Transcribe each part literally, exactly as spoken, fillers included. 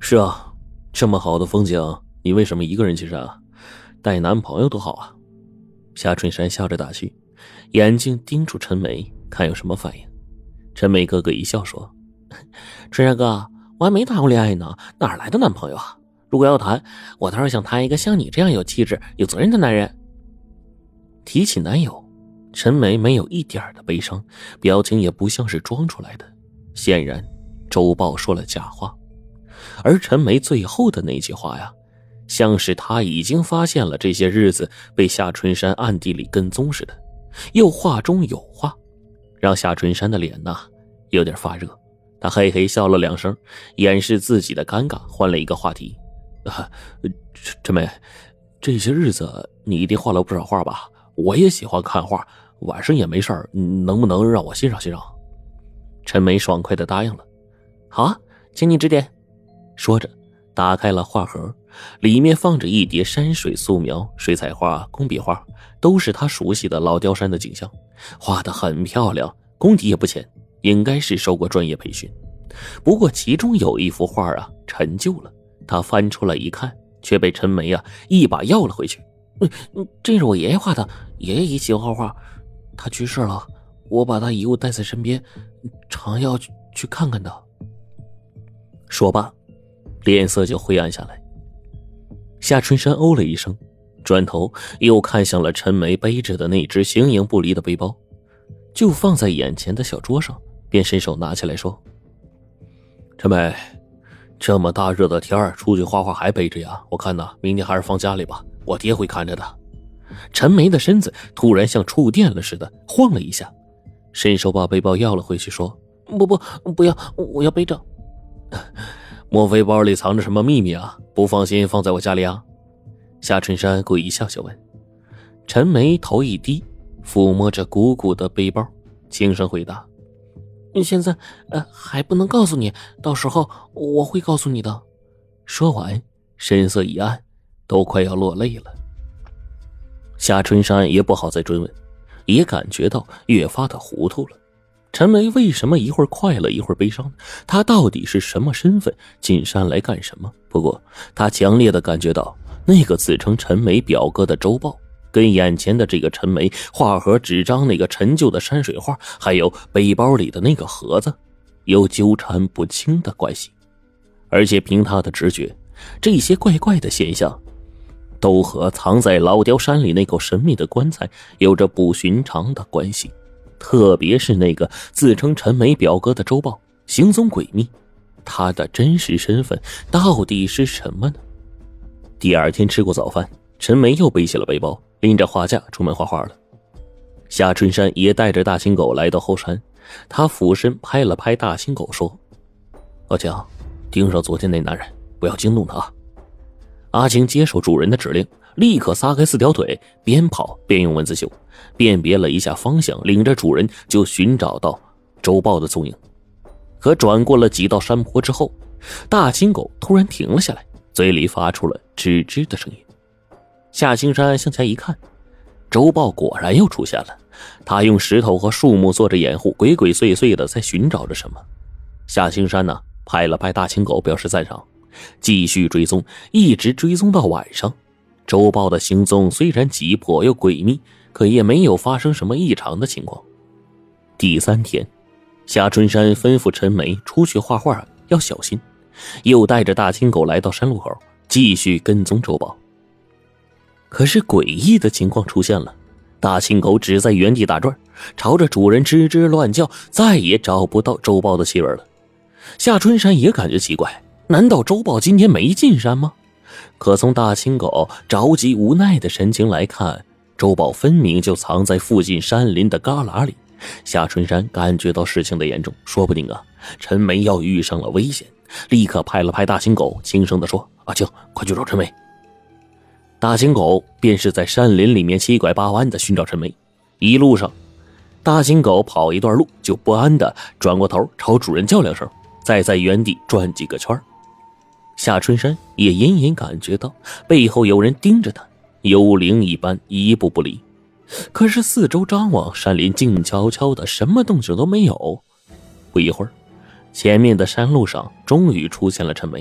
是啊，这么好的风景，你为什么一个人去山啊？带男朋友多好啊。夏春山笑着打趣，眼睛盯住陈梅，看有什么反应。陈梅咯咯一笑说，春山哥，我还没谈过恋爱呢，哪来的男朋友啊？如果要谈，我倒是想谈一个像你这样有气质有责任的男人。提起男友，陈梅没有一点的悲伤，表情也不像是装出来的，显然周豹说了假话。而陈梅最后的那句话呀，像是他已经发现了这些日子被夏春山暗地里跟踪似的，又话中有话，让夏春山的脸呐有点发热。他嘿嘿笑了两声，掩饰自己的尴尬，换了一个话题。啊，陈梅，这些日子你一定画了不少画吧？我也喜欢看画，晚上也没事儿，能不能让我欣赏欣赏？陈梅爽快地答应了。好啊，请你指点。说着打开了画盒，里面放着一叠山水素描、水彩画、工笔画，都是他熟悉的老雕山的景象，画得很漂亮，功底也不浅，应该是受过专业培训。不过其中有一幅画啊陈旧了，他翻出来一看，却被陈梅啊一把要了回去。嗯，这是我爷爷画的，爷爷也喜欢画画，他去世了，我把他遗物带在身边，常要去去看看的。说罢，脸色就灰暗下来。夏春山哦了一声，转头又看向了陈梅背着的那只形影不离的背包，就放在眼前的小桌上，便伸手拿起来说，陈梅，这么大热的天儿，出去画画还背着呀？我看呐，明天还是放家里吧，我爹会看着的。陈梅的身子突然像触电了似的晃了一下，伸手把背包要了回去，说，不不不要，我要背着。莫非包里藏着什么秘密啊？不放心放在我家里啊？夏春山故意笑笑问。陈梅头一低，抚摸着鼓鼓的背包，轻声回答，现在呃还不能告诉你，到时候我会告诉你的。说完神色一暗，都快要落泪了。夏春山也不好再追问，也感觉到越发的糊涂了。陈梅为什么一会儿快乐一会儿悲伤？她到底是什么身份？进山来干什么？不过她强烈的感觉到，那个自称陈梅表哥的周豹跟眼前的这个陈梅画盒纸张那个陈旧的山水画，还有背包里的那个盒子，有纠缠不清的关系。而且凭他的直觉，这些怪怪的现象都和藏在老雕山里那口神秘的棺材有着不寻常的关系。特别是那个自称陈梅表哥的周豹，行踪诡秘，他的真实身份到底是什么呢？第二天吃过早饭，陈梅又背起了背包，拎着画架出门画画了。夏春山也带着大青狗来到后山，他俯身拍了拍大青狗说，阿青，盯上昨天那男人，不要惊动他啊。阿青接受主人的指令，立刻撒开四条腿，边跑边用文字绣，辨别了一下方向，领着主人就寻找到周豹的踪影。可转过了几道山坡之后，大青狗突然停了下来，嘴里发出了吱吱的声音。夏青山向前一看，周豹果然又出现了，他用石头和树木做着掩护，鬼鬼祟祟的在寻找着什么。夏青山呢，拍了拍大青狗表示赞赏，继续追踪，一直追踪到晚上。周豹的行踪虽然急迫又诡秘，可也没有发生什么异常的情况。第三天，夏春山吩咐陈梅出去画画要小心，又带着大青狗来到山路口，继续跟踪周豹。可是诡异的情况出现了，大青狗只在原地打转，朝着主人吱吱乱叫，再也找不到周豹的气味了。夏春山也感觉奇怪，难道周豹今天没进山吗？可从大青狗着急无奈的神情来看，周豹分明就藏在附近山林的旮旯里。夏春山感觉到事情的严重，说不定啊，陈梅要遇上了危险，立刻拍了拍大青狗，轻声地说，阿青，快去找陈梅。大青狗便是在山林里面七拐八弯的寻找陈梅。一路上，大青狗跑一段路就不安的转过头朝主人叫两声，再在原地转几个圈。夏春山也隐隐感觉到背后有人盯着他，幽灵一般一步不离。可是四周张望，山林静悄悄的，什么动静都没有。不一会儿，前面的山路上终于出现了陈梅。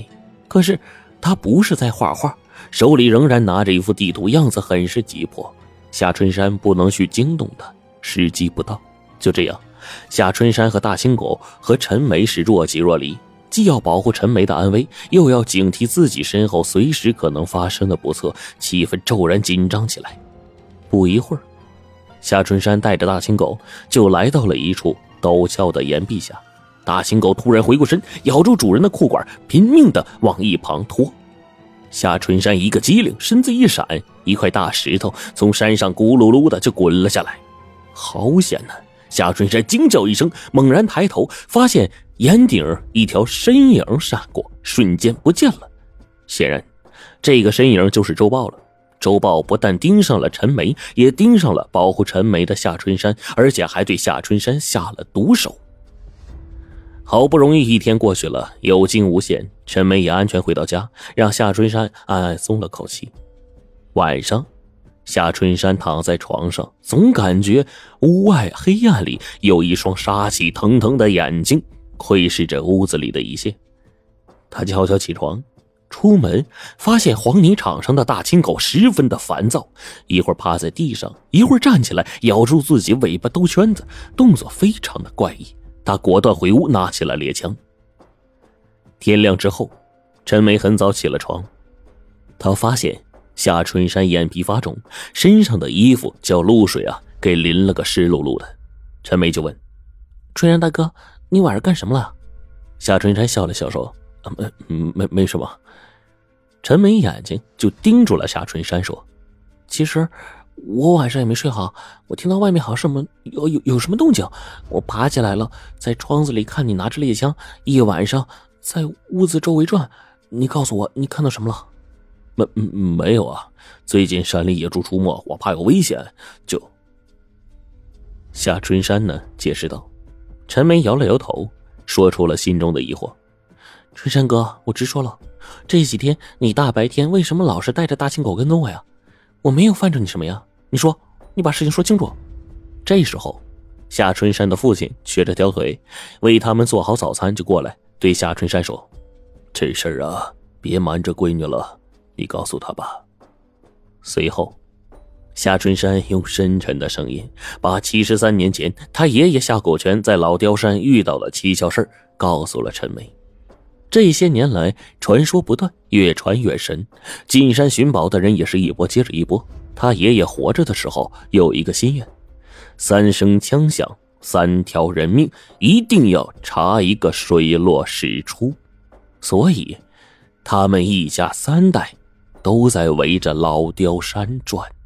可是他不是在画画，手里仍然拿着一幅地图，样子很是急迫。夏春山不能去惊动他，时机不到。就这样，夏春山和大青狗和陈梅是若即若离，既要保护陈梅的安危，又要警惕自己身后随时可能发生的不测，气氛骤然紧张起来。不一会儿，夏春山带着大青狗就来到了一处陡峭的岩壁下。大青狗突然回过身，咬住主人的裤管，拼命地往一旁拖。夏春山一个机灵，身子一闪，一块大石头从山上咕噜噜的就滚了下来。好险呢！夏春山惊叫一声，猛然抬头，发现岩顶一条身影闪过，瞬间不见了。显然，这个身影就是周豹了。周豹不但盯上了陈梅，也盯上了保护陈梅的夏春山，而且还对夏春山下了毒手。好不容易一天过去了，有惊无险，陈梅也安全回到家，让夏春山暗暗松了口气。晚上，夏春山躺在床上，总感觉屋外黑暗里有一双杀气腾腾的眼睛窥视着屋子里的一切。他悄悄起床，出门发现黄泥场上的大青狗十分的烦躁，一会儿趴在地上，一会儿站起来咬住自己尾巴兜圈子，动作非常的怪异。他果断回屋拿起了猎枪。天亮之后，陈梅很早起了床，他发现夏春山眼皮发肿，身上的衣服叫露水啊给淋了个湿漉漉的。陈梅就问：春山大哥，你晚上干什么了？夏春山笑了笑说：啊、没没没什么。陈梅眼睛就盯住了夏春山说：其实我晚上也没睡好，我听到外面好像什么有有有什么动静，我爬起来了，在窗子里看你拿着猎枪，一晚上在屋子周围转，你告诉我你看到什么了？没没有啊，最近山里野猪出没，我怕有危险，就……夏春山呢解释道。陈梅摇了摇头，说出了心中的疑惑：春山哥，我直说了，这几天你大白天为什么老是带着大青狗跟踪我呀？我没有犯着你什么呀？你说，你把事情说清楚。这时候，夏春山的父亲瘸着条腿，为他们做好早餐就过来，对夏春山说：这事儿啊，别瞒着闺女了，你告诉她吧。随后，夏春山用深沉的声音把七十三年前他爷爷夏狗全在老雕山遇到的蹊跷事告诉了陈梅。这些年来，传说不断，越传越神，进山寻宝的人也是一波接着一波。他爷爷活着的时候有一个心愿，三声枪响，三条人命，一定要查一个水落石出。所以他们一家三代都在围着老雕山转。